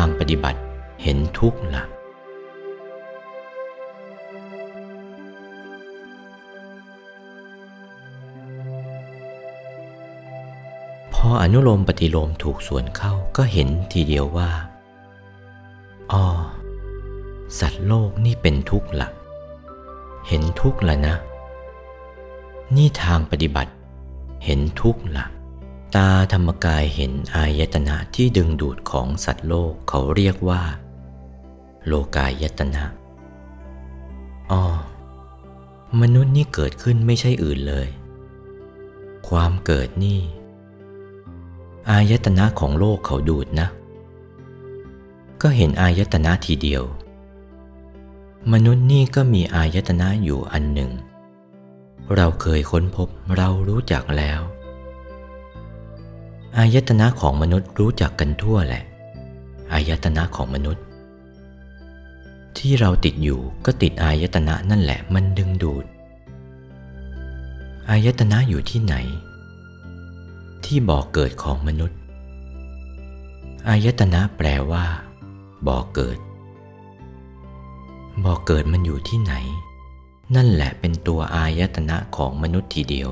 างปฏิบัติเห็นทุกข์ล่ะพออนุโลมปฏิโลมถูกส่วนเข้าก็เห็นทีเดียวว่าอ๋อสัตว์โลกนี่เป็นทุกข์ล่ะเห็นทุกข์ล่ะนะนี่ทางปฏิบัติเห็นทุกข์ล่ะตาธรรมกายเห็นอายตนะที่ดึงดูดของสัตว์โลกเขาเรียกว่าโลกายตนะอ๋อมนุษย์นี่เกิดขึ้นไม่ใช่อื่นเลยความเกิดนี่อายตนะของโลกเขาดูดนะก็เห็นอายตนะทีเดียวมนุษย์นี่ก็มีอายตนะอยู่อันหนึ่งเราเคยค้นพบเรารู้จักแล้วอายตนะของมนุษย์รู้จักกันทั่วแหละอายตนะของมนุษย์ที่เราติดอยู่ก็ติดอายตนะนั่นแหละมันดึงดูดอายตนะอยู่ที่ไหนที่บ่อเกิดของมนุษย์อายตนะแปลว่าบ่อเกิดบ่อเกิดมันอยู่ที่ไหนนั่นแหละเป็นตัวอายตนะของมนุษย์ทีเดียว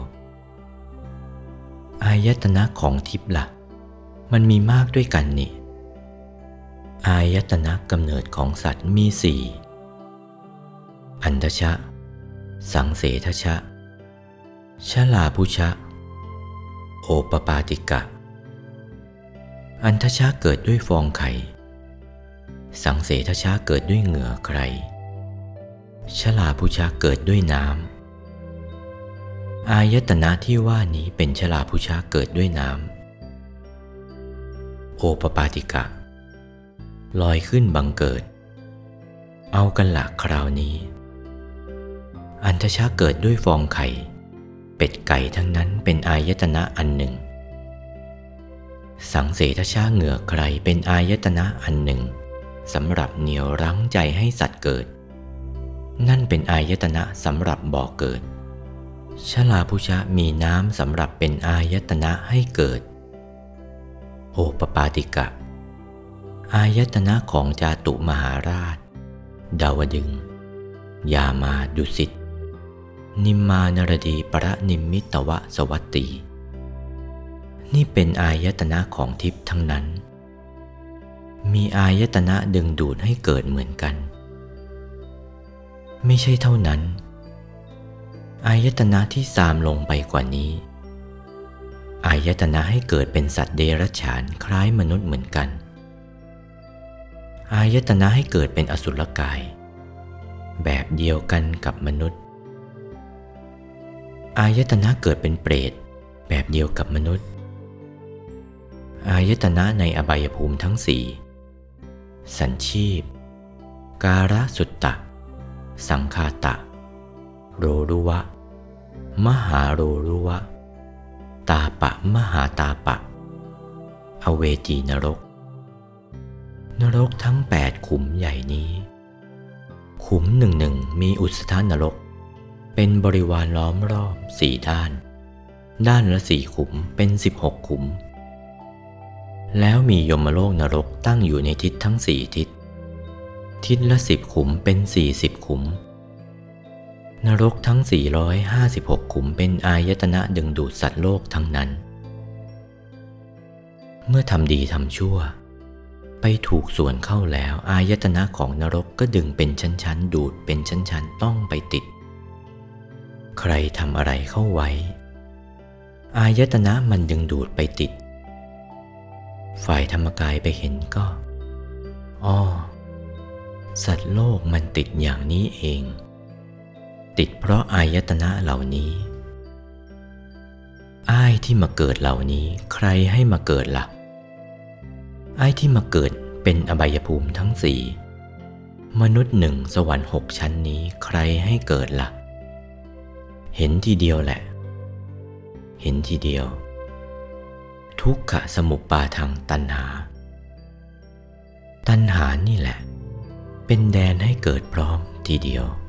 อายตนะของทิพย์ล่ะมันมีมากด้วยกันนี่อายตนะกำเนิดของสัตว์มีสี่อันทชะสังเสทชะชลาภุชะโอปปาติกะอันทชะเกิดด้วยฟองไข่สังเสทชะเกิดด้วยเหงื่อใครชลาภุชะเกิดด้วยน้ำอายตนะที่ว่านี้เป็นชลาภุชะเกิดด้วยน้ำโอปปาติกะลอยขึ้นบังเกิดเอากันละคราวนี้อันทชะเกิดด้วยฟองไข่เป็ดไก่ทั้งนั้นเป็นอายตนะอันหนึ่งสังเสทชะเหงื่อใครเป็นอายตนะอันหนึ่งสำหรับเหนี่ยวรั้งใจให้สัตว์เกิดนั่นเป็นอายตนะสำหรับบ่อเกิดชลาภุชะมีน้ำสำหรับเป็นอายตนะให้เกิดโอปปาติกะอายตนะของจาตุมหาราชดาวดึงส์ยามาดุสิตนิมมานรดีปรนิมมิตวสวัตตีนี่เป็นอายตนะของทิพย์ทั้งนั้นมีอายตนะดึงดูดให้เกิดเหมือนกันไม่ใช่เท่านั้นอายตนะที่ซามลงไปกว่านี้อายตนะให้เกิดเป็นสัตว์เดรัจฉานคล้ายมนุษย์เหมือนกันอายตนะให้เกิดเป็นอสุรกายแบบเดียวกันกับมนุษย์อายตนะเกิดเป็นเปรตแบบเดียวกับมนุษย์อายตนะในอบายภูมิทั้งสี่สัญชีพการสุตตะสังคาตะโรรุวะมหาโรรุวะตาปะมหาตาปะอเวจีนรกทั้ง8ขุมใหญ่นี้ขุมหนึ่งมีอุสธนรกเป็นบริวารล้อมรอบ4ด้านด้านละ4ขุมเป็น16ขุมแล้วมียมโลกนรกตั้งอยู่ในทิศทั้ง4ทิศทิศละ10ขุมเป็น40ขุมนรกทั้ง456ขุมเป็นอายตนะดึงดูดสัตว์โลกทั้งนั้นเมื่อทำดีทำชั่วไปถูกส่วนเข้าแล้วอายตนะของนรกก็ดึงเป็นชั้นๆดูดเป็นชั้นๆต้องไปติดใครทำอะไรเข้าไว้อายตนะมันดึงดูดไปติดฝ่ายธรรมกายไปเห็นก็อ้อสัตว์โลกมันติดอย่างนี้เองติดเพราะอายตนะเหล่านี้อ้ายที่มาเกิดเหล่านี้ใครให้มาเกิดล่ะอ้ายที่มาเกิดเป็นอบายภูมิทั้งสี่มนุษย์1สวรรค์6ชั้นนี้ใครให้เกิดล่ะเห็นทีเดียวแหละเห็นทีเดียวทุกขสมุปปาทังตัณหาตัณหานี่แหละเป็นแดนให้เกิดพร้อมทีเดียว